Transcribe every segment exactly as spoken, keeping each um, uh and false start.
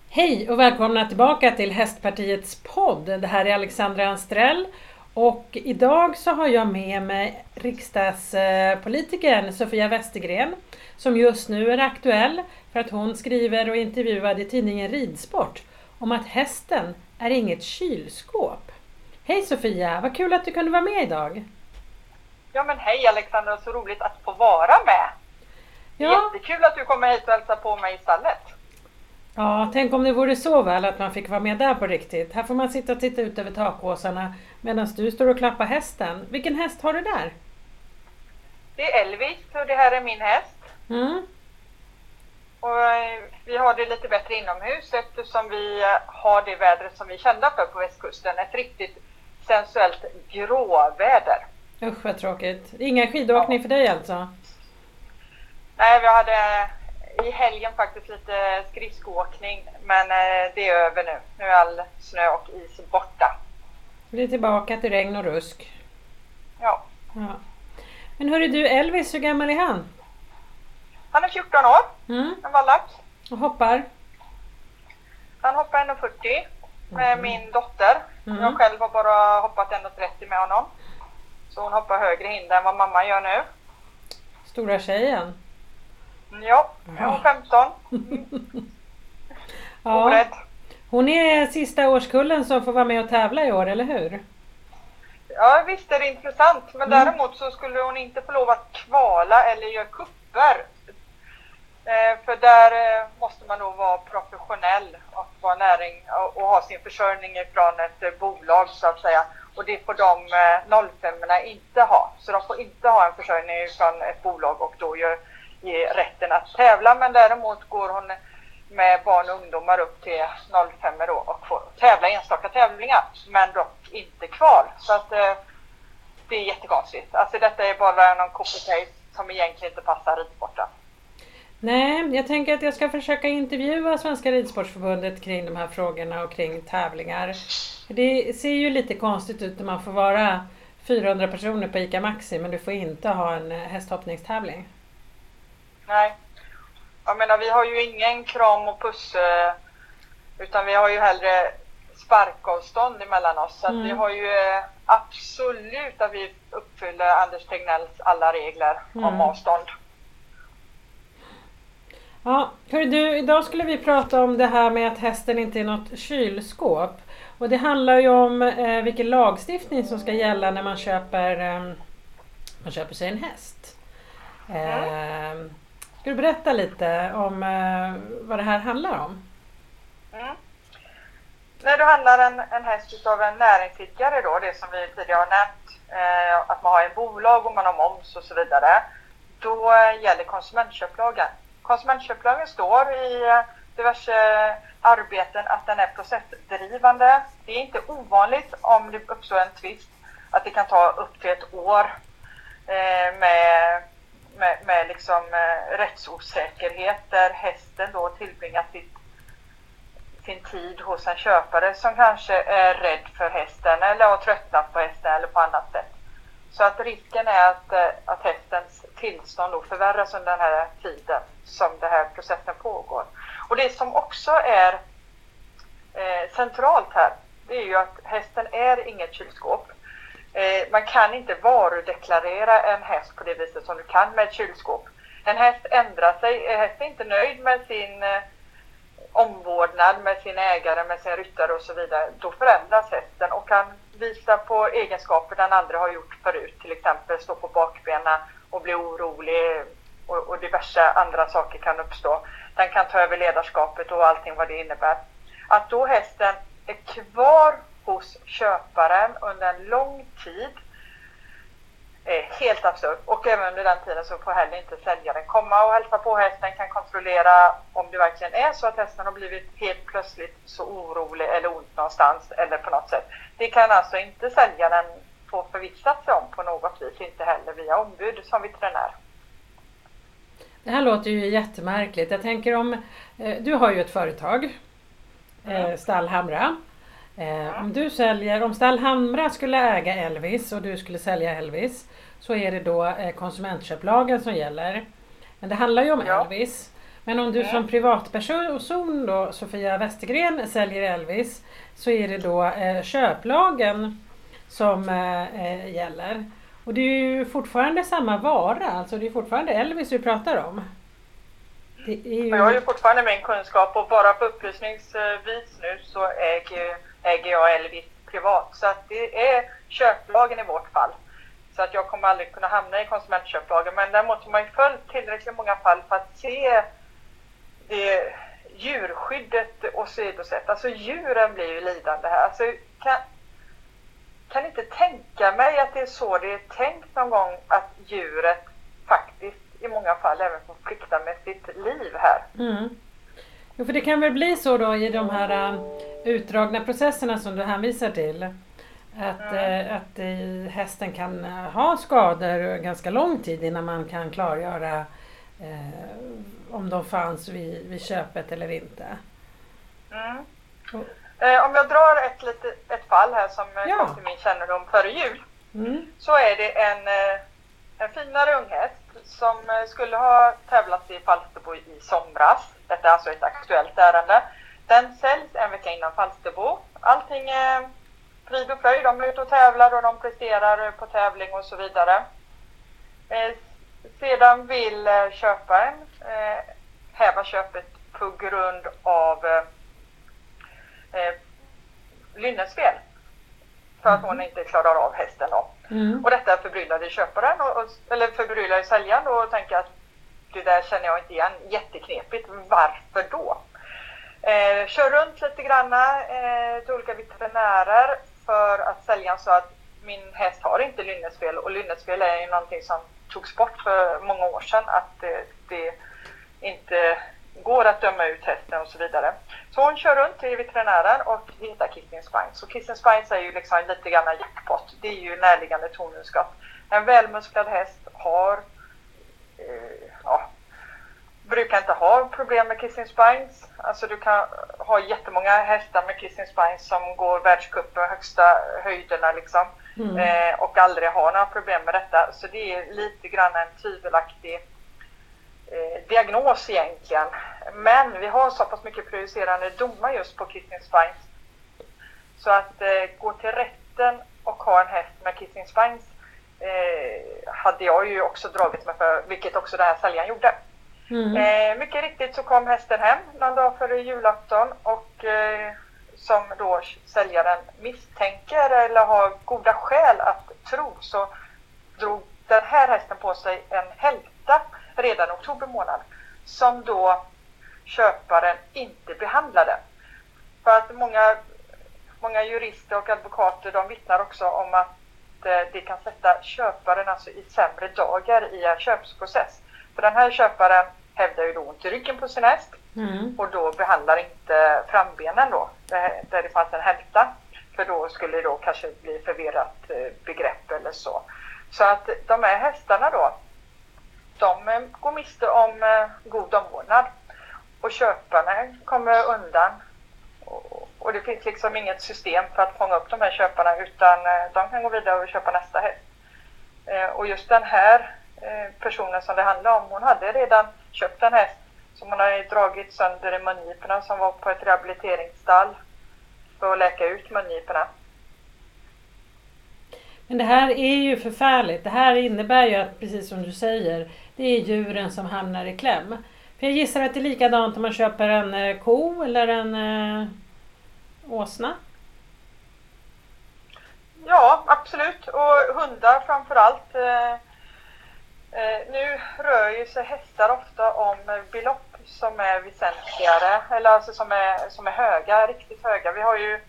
Hej och välkomna tillbaka till Hästpartiets podd. Det här är Alexandra Anstrell och idag så har jag med mig riksdagspolitikern Sofia Westergren som just nu är aktuell för att hon skriver och intervjuar i tidningen Ridsport om att hästen är inget kylskåp. Hej Sofia, vad kul att du kunde vara med idag. Ja men hej Alexandra, så roligt att få vara med. Ja. Jättekul att du kommer hit och hälsar på mig i stallet. Ja, tänk om det vore så väl att man fick vara med där på riktigt. Här får man sitta och titta ut över takåsarna medan du står och klappar hästen. Vilken häst har du där? Det är Elvis och det här är min häst. Mm. Och eh, vi har det lite bättre inomhus eftersom vi eh, har det vädret som vi kände för på västkusten. Ett riktigt sensuellt gråväder. Usch vad tråkigt. Inga skidåkning Ja. för dig alltså? Nej, vi hade i helgen faktiskt lite skridskoåkning, men eh, det är över nu. Nu är all snö och is borta. Vi är tillbaka till regn och rusk. Ja. Ja. Men hörru du, Elvis, hur gammal är han? Han är fjorton år, Mm. en vallack. Och hoppar? Han hoppar en fyrtio med Mhm. min dotter. Mm. Jag själv har bara hoppat en trettio med honom. Så hon hoppar högre hinder än vad mamma gör nu. Stora tjejen? Ja, jag är femton. Ja. Orädd. Hon är sista årskullen som får vara med och tävla i år, eller hur? Ja, visst är det intressant. Men Mm. däremot så skulle hon inte få lov att kvala eller göra kupper. Eh, för där eh, måste man nog vara professionell och vara näring och, och ha sin försörjning ifrån ett eh, bolag så att säga. Och det får de eh, noll fem-orna inte ha. Så de får inte ha en försörjning från ett bolag och då gör, ger rätten att tävla. Men däremot går hon med barn och ungdomar upp till noll fem då och får tävla i enstaka tävlingar. Men dock inte kval. Så att eh, det är jättekonstigt. Alltså detta är bara någon copy-paste som egentligen inte passar ridsporten. Nej, jag tänker att jag ska försöka intervjua Svenska Ridsportförbundet kring de här frågorna och kring tävlingar. Det ser ju lite konstigt ut när man får vara fyrahundra personer på ICA Maxi men du får inte ha en hästhoppningstävling. Nej. Jag menar, vi har ju ingen kram och puss eh, utan vi har ju hellre sparkavstånd emellan oss. Så att Mm. vi har ju eh, absolut att vi uppfyller Anders Tegnells alla regler Mm. om avstånd. Ja, hör du, idag skulle vi prata om det här med att hästen inte är något kylskåp. Och det handlar ju om eh, vilken lagstiftning som ska gälla när man köper, eh, man köper sig en häst. Eh, ska du berätta lite om eh, vad det här handlar om? Mm. När du handlar en, en häst av en näringsidkare då, det som vi tidigare har nämnt, eh, att man har en bolag och man har moms och så vidare, då eh, gäller konsumentköplagen. Konsumentköplagen står i eh, diverse arbeten att den är processdrivande. Det är inte ovanligt om det uppstår en tvist att det kan ta upp till ett år eh, med, med, med liksom, eh, rättsosäkerhet där hästen då tillbringar sitt sin tid hos en köpare som kanske är rädd för hästen eller har tröttnat på hästen eller på annat sätt. Så att risken är att, att hästens tillstånd då förvärras under den här tiden som den här processen pågår. Och det som också är eh, centralt här, det är ju att hästen är inget kylskåp. Eh, man kan inte varudeklarera en häst på det viset som du kan med ett kylskåp. En häst ändrar sig, är hästen inte nöjd med sin eh, omvårdnad med sin ägare, med sin ryttare och så vidare, då förändras hästen och kan visa på egenskaper den aldrig har gjort förut, till exempel stå på bakbenen och bli orolig och, och diverse andra saker kan uppstå. Den kan ta över ledarskapet och allting vad det innebär. Att då hästen är kvar hos köparen under en lång tid är helt absurd. Och även under den tiden så får heller inte säljaren komma och hälsa på hästen, kan kontrollera om det verkligen är så att hästen har blivit helt plötsligt så orolig eller ont någonstans eller på något sätt. Det kan alltså inte säljaren få förvissat sig om på något vis, inte heller via ombud som veterinär. Det här låter ju jättemärkligt. Jag tänker om, eh, du har ju ett företag, eh, Mm. Stallhamra. Eh, om du säljer, om Stallhamra skulle äga Elvis och du skulle sälja Elvis så är det då eh, konsumentköplagen som gäller. Men det handlar ju om Ja. Elvis. Men om du Mm. som privatperson då, Sofia Westergren, säljer Elvis, så är det då eh, köplagen som eh, gäller. Och det är ju fortfarande samma vara, alltså det är fortfarande Elvis du pratar om. Det är ju... Jag har ju fortfarande min kunskap och bara på upplysningsvis nu så äger, äger jag Elvis privat. Så att det är köplagen i vårt fall. Så att jag kommer aldrig kunna hamna i konsumentköplagen. Men däremot har man ju följt tillräckligt många fall för att se det djurskyddet åsidosätt. Alltså djuren blir ju lidande här. Alltså, kan, kan inte tänka mig att det är så det är tänkt någon gång att djuret faktiskt i många fall även får plikta med sitt liv här. Mm. Jo, för det kan väl bli så då i de här uh, utdragna processerna som du hänvisar till. Att, mm. uh, att uh, hästen kan uh, ha skador ganska lång tid innan man kan klargöra uh, om de fanns vid, vid köpet eller inte. Mm. Mm. Eh, om jag drar ett, lite, ett fall här som ja. kom till min kännedom före jul. Mm. Så är det en, en finare unghäst som skulle ha tävlat i Falsterbo i somras. Detta är alltså ett aktuellt ärende. Den säljs en vecka innan Falsterbo. Allting är frid och fröjd. De är ute och tävlar och de presterar på tävling och så vidare. Eh, sedan vill köparen eh, häva köpet på grund av eh, lynnesfel. För att hon inte klarar av hästen då. Mm. Och detta förbryllade köparen, och, eller förbryllade säljaren och tänker att det där känner jag inte igen. Jätteknepigt. Varför då? Eh, kör runt lite granna eh, till olika veterinärer för att säljaren sa att min häst har inte lynnesfel. Och lynnesfel är ju någonting som togs bort för många år sedan. Att eh, det inte går att döma ut hästen och så vidare. Så hon kör runt till veterinären och hittar Kissing Spines. Och Kissing Spines är ju liksom lite grann jackpot. Det är ju närliggande tonhundskatt. En välmusklad häst har eh, ja, brukar inte ha problem med Kissing Spines. Alltså du kan ha jättemånga hästar med Kissing Spines som går världscupen högsta höjderna liksom. Mm. Eh, och aldrig har några problem med detta. Så det är lite grann en tvivelaktig Eh, diagnos egentligen. Men vi har så pass mycket prejudicerande domar just på Kissing Spines. Så att eh, gå till rätten och ha en häst med Kissing Spines eh, hade jag ju också dragit mig för, vilket också den här säljaren gjorde. Mm. Eh, mycket riktigt så kom hästen hem någon dag före julafton och eh, som då säljaren misstänker eller har goda skäl att tro, så drog den här hästen på sig en hälta redan i oktober månad som då köparen inte behandlade. För att många, många jurister och advokater de vittnar också om att eh, det kan sätta köparen alltså i sämre dagar i en köpsprocess. För den här köparen hävdar ju då ont i ryggen på sin häst mm. och då behandlar inte frambenen då där, där det fanns en hälta. För då skulle det då kanske bli förvirrat eh, begrepp eller så. Så att de här hästarna då, de går miste om eh, god omvårdnad och köparna kommer undan och, och det finns liksom inget system för att fånga upp de här köparna, utan eh, de kan gå vidare och köpa nästa häst. Eh, och just den här eh, personen som det handlar om, hon hade redan köpt en häst som hon hade dragit sönder i mungiporna som var på ett rehabiliteringsstall för att läka ut mungiporna. Men det här är ju förfärligt. Det här innebär ju att, precis som du säger, det är djuren som hamnar i kläm. För jag gissar att det är likadant om man köper en eh, ko eller en eh, åsna. Ja, absolut. Och hundar framförallt. Eh, eh, nu rör ju sig hästar ofta om belopp som är väsentligare. Eller alltså som är, som är höga, riktigt höga. Vi har ju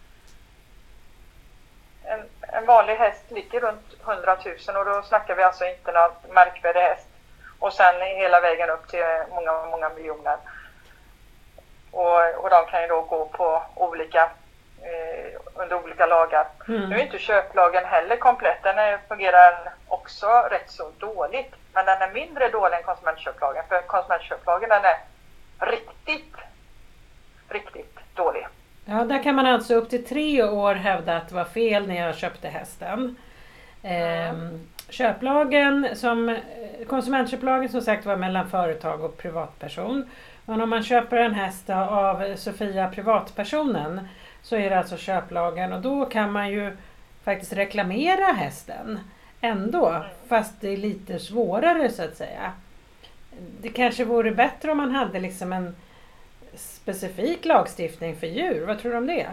En, en vanlig häst ligger runt hundratusen och då snackar vi alltså inte någon märkvärdig häst. Och sen hela vägen upp till många, många miljoner. Och, och de kan ju då gå på olika, eh, under olika lagar. Mm. Nu är inte köplagen heller komplett. Den är, fungerar också rätt så dåligt. Men den är mindre dålig än konsumentköplagen. För konsumentköplagen den är riktigt, riktigt dålig. Ja, där kan man alltså upp till tre år hävda att det var fel när jag köpte hästen. Eh, köplagen, som, konsumentköplagen som sagt var mellan företag och privatperson. Men om man köper en häst av Sofia privatpersonen så är det alltså köplagen och då kan man ju faktiskt reklamera hästen ändå, mm. fast det är lite svårare så att säga. Det kanske vore bättre om man hade liksom en specifik lagstiftning för djur. Vad tror du om det?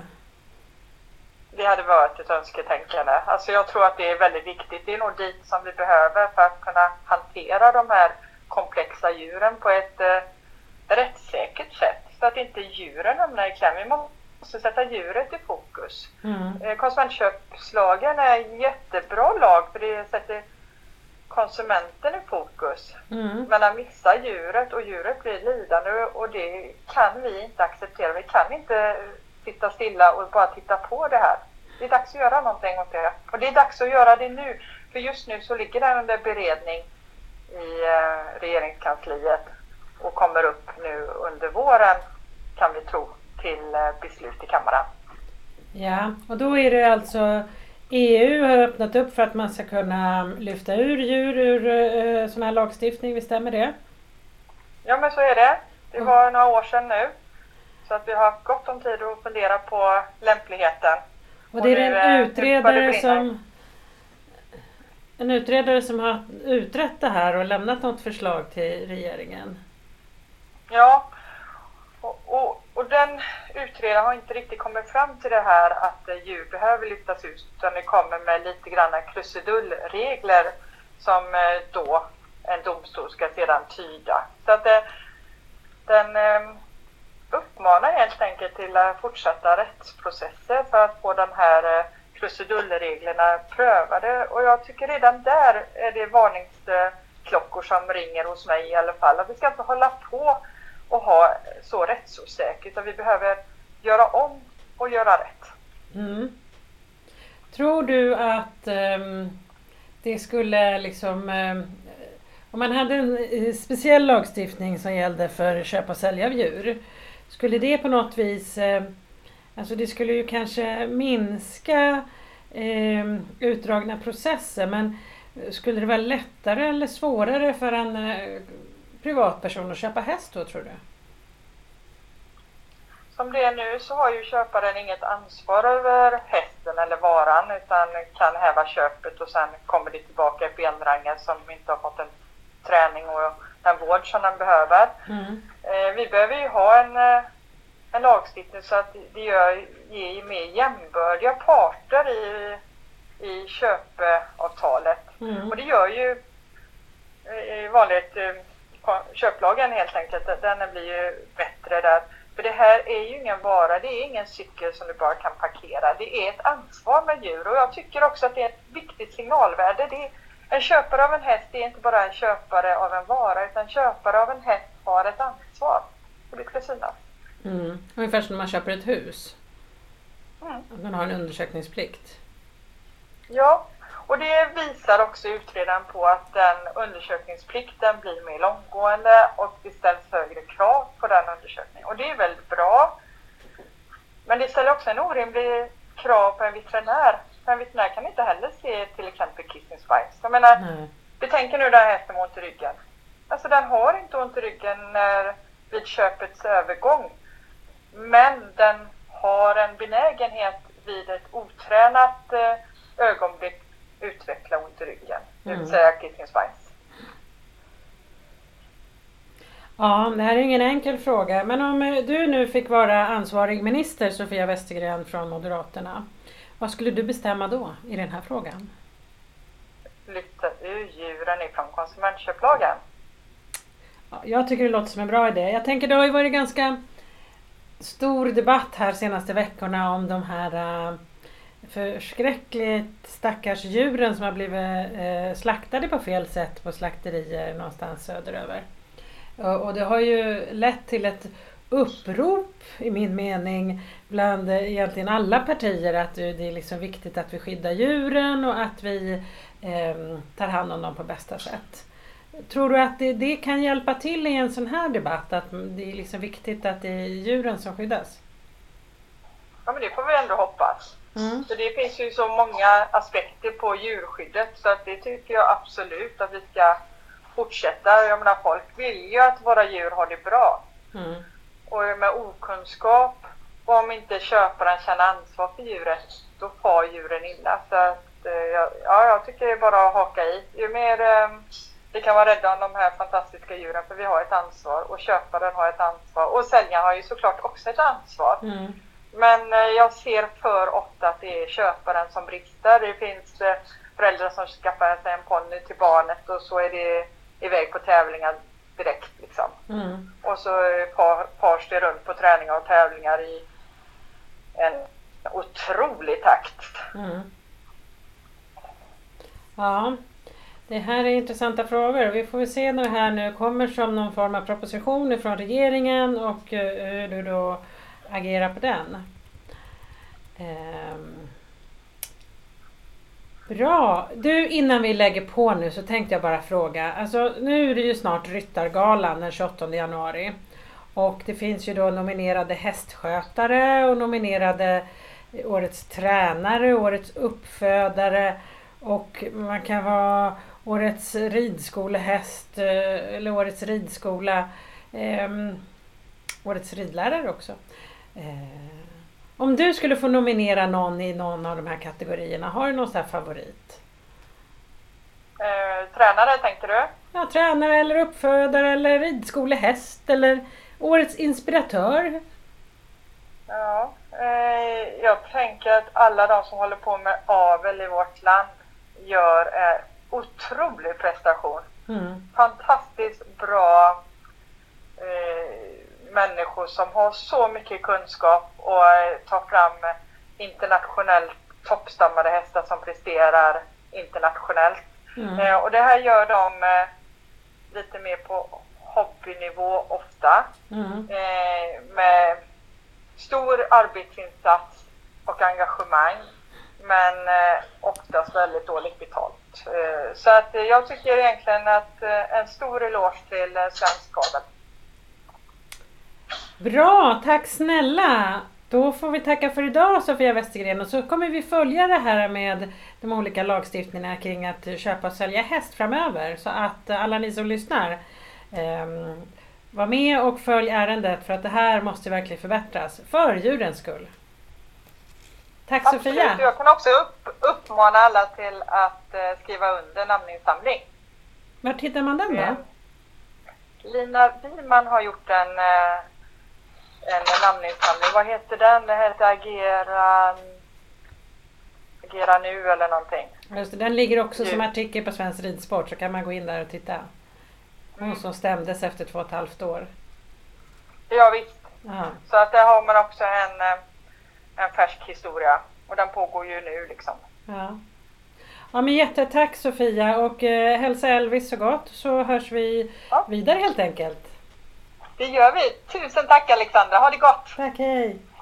Det hade varit ett önsketänkande. Alltså jag tror att det är väldigt viktigt. Det är nog dit som vi behöver för att kunna hantera de här komplexa djuren på ett eh, rättssäkert sätt. Så att inte djuren hamnar i kläm. Vi måste sätta djuret i fokus. Mm. Eh, konsumentköpslagen är en jättebra lag för det sätter konsumenten i fokus. Mm. Men att missa djuret och djuret blir lidande och det kan vi inte acceptera. Vi kan inte sitta stilla och bara titta på det här. Det är dags att göra någonting åt det. Och det är dags att göra det nu. För just nu så ligger den under beredning i eh, regeringskansliet och kommer upp nu under våren, kan vi tro, till eh, beslut i kammaren. Ja, och då är det alltså E U har öppnat upp för att man ska kunna lyfta ur djur ur eh, sån här lagstiftning, visst stämmer det? Ja, men så är det. Det var mm. några år sedan nu. Så att vi har haft gott om tid att fundera på lämpligheten. Och det är och nu, en utredare som en utredare som har utrett det här och lämnat något förslag till regeringen. Ja, och, och, och den utredaren har inte riktigt kommit fram till det här att djur behöver lyftas ut, utan det kommer med lite grann krusidullregler som då en domstol ska sedan tyda. Så att det, den uppmanar helt enkelt till fortsatta rättsprocesser för att få de här krusidullreglerna prövade. Och jag tycker redan där är det varningsklockor som ringer hos mig i alla fall. Att vi ska inte hålla på och ha så rättsosäkert, utan vi behöver göra om och göra rätt. Mm. Tror du att um, det skulle liksom... Um, om man hade en speciell lagstiftning som gällde för köp och sälja av djur, skulle det på något vis, eh, alltså det skulle ju kanske minska eh, utdragna processer, men skulle det vara lättare eller svårare för en eh, privatperson att köpa häst då, tror du? Som det är nu så har ju köparen inget ansvar över hästen eller varan, utan kan häva köpet och sen kommer det tillbaka i benrangen som inte har fått en träning och den vård som den behöver. Mm. Eh, vi behöver ju ha en, en lagstiftning så att det gör, ger mer jämbördiga parter i, i köpavtalet. Mm. Och det gör ju i vanligt köplagen helt enkelt, den blir ju bättre där. För det här är ju ingen vara, det är ingen cykel som du bara kan parkera. Det är ett ansvar med djur och jag tycker också att det är ett viktigt signalvärde. Det är, en köpare av en häst är inte bara en köpare av en vara, utan köpare av en häst har ett ansvar. Och det ska synas. Mm. Ungefär som när man köper ett hus. Mm. Man har en undersökningsplikt. Ja, och det visar också utredaren på att den undersökningsplikten blir mer långgående och det ställs högre krav på den undersökningen. Och det är väldigt bra. Men det ställer också en orimlig krav på en veterinär. För en veterinär kan inte heller se till exempel kissing spines. Jag menar, mm. betänker nu den här hästen med ont i ryggen. Alltså den har inte ont i ryggen när, vid köpets övergång. Men den har en benägenhet vid ett otränat eh, ögonblick utveckla ont i ryggen. Det vill säga kissing spines. Ja, det här är ingen enkel fråga. Men om du nu fick vara ansvarig minister, Sofia Westergren från Moderaterna, vad skulle du bestämma då i den här frågan? Lyfta ur djuren ifrån konsumentköplagen. Ja, jag tycker det låter som en bra idé. Jag tänker det har ju varit ganska stor debatt här senaste veckorna om de här uh, förskräckligt stackars djuren som har blivit uh, slaktade på fel sätt på slakterier någonstans söderöver. Uh, och det har ju lett till ett upprop i min mening bland egentligen alla partier att det är liksom viktigt att vi skyddar djuren och att vi eh, tar hand om dem på bästa sätt. Tror du att det, det kan hjälpa till i en sån här debatt, att det är liksom viktigt att det är djuren som skyddas? Ja, men det får vi ändå hoppas. Mm. Så det finns ju så många aspekter på djurskyddet så att det tycker jag absolut att vi ska fortsätta. Jag menar, folk vill ju att våra djur har det bra. Mm. Och med okunskap, och om inte köparen känner ansvar för djuret, då får djuren illa. Så att, eh, ja, jag tycker det är bara att haka i. Ju mer eh, vi kan vara rädda om de här fantastiska djuren, för vi har ett ansvar, och köparen har ett ansvar, och säljaren har ju såklart också ett ansvar. Mm. Men eh, jag ser för ofta att det är köparen som brister. Det finns eh, föräldrar som skaffar sig en ponny till barnet, och så är det iväg på tävlingar direkt liksom. Mm. Och så par, pars det runt på träningar och tävlingar i en otrolig takt. Mm. Ja, det här är intressanta frågor. Vi får väl se när det här nu kommer som någon form av proposition från regeringen och uh, hur du då agerar på den. Um. Bra! Du, innan vi lägger på nu så tänkte jag bara fråga. Alltså nu är det ju snart Ryttargalan den tjugoåttonde januari. Och det finns ju då nominerade hästskötare och nominerade årets tränare, årets uppfödare, och man kan vara årets ridskolehäst eller årets ridskola, eh, årets ridlärare också. Eh, om du skulle få nominera någon i någon av de här kategorierna, har du någon sån här favorit? Eh, tränare tänkte du? Ja, tränare eller uppfödare eller ridskolehäst eller årets inspiratör. Ja, eh, jag tänker att alla de som håller på med avel i vårt land gör en otrolig prestation. Mm. Fantastiskt bra eh, människor som har så mycket kunskap och eh, tar fram internationellt toppstammade hästar som presterar internationellt. Mm. Eh, och det här gör de eh, lite mer på hobbynivå ofta. Mm. Eh, med stor arbetsinsats och engagemang, men eh, oftast väldigt dåligt betalt. Eh, så att eh, jag tycker egentligen att eh, en stor eloge till eh, svensk avel. Bra, tack snälla! Då får vi tacka för idag, Sofia Westergren, och så kommer vi följa det här med de olika lagstiftningarna kring att köpa och sälja häst framöver, så att alla ni som lyssnar eh, var med och följ ärendet, för att det här måste verkligen förbättras för djurens skull. Tack. Absolut. Sofia! Jag kan också upp, uppmana alla till att eh, skriva under namninsamling. Var hittar man den då? Eh, Lina Wiman har gjort en eh, en namninsamling. Vad heter den? Det heter Agera Agera nu eller någonting. Just det, den ligger också som artikel på Svensk Ridsport, så kan man gå in där och titta. Hon mm. som stämdes efter två och ett halvt år. Ja visst. Aha. Så att där har man också en, en färsk historia. Och den pågår ju nu liksom. Ja. Ja, men jättetack Sofia, och eh, hälsa Elvis så gott, så hörs vi ja. vidare helt enkelt. Det gör vi. Tusen tack Alexandra. Ha det gott. Tack, hej.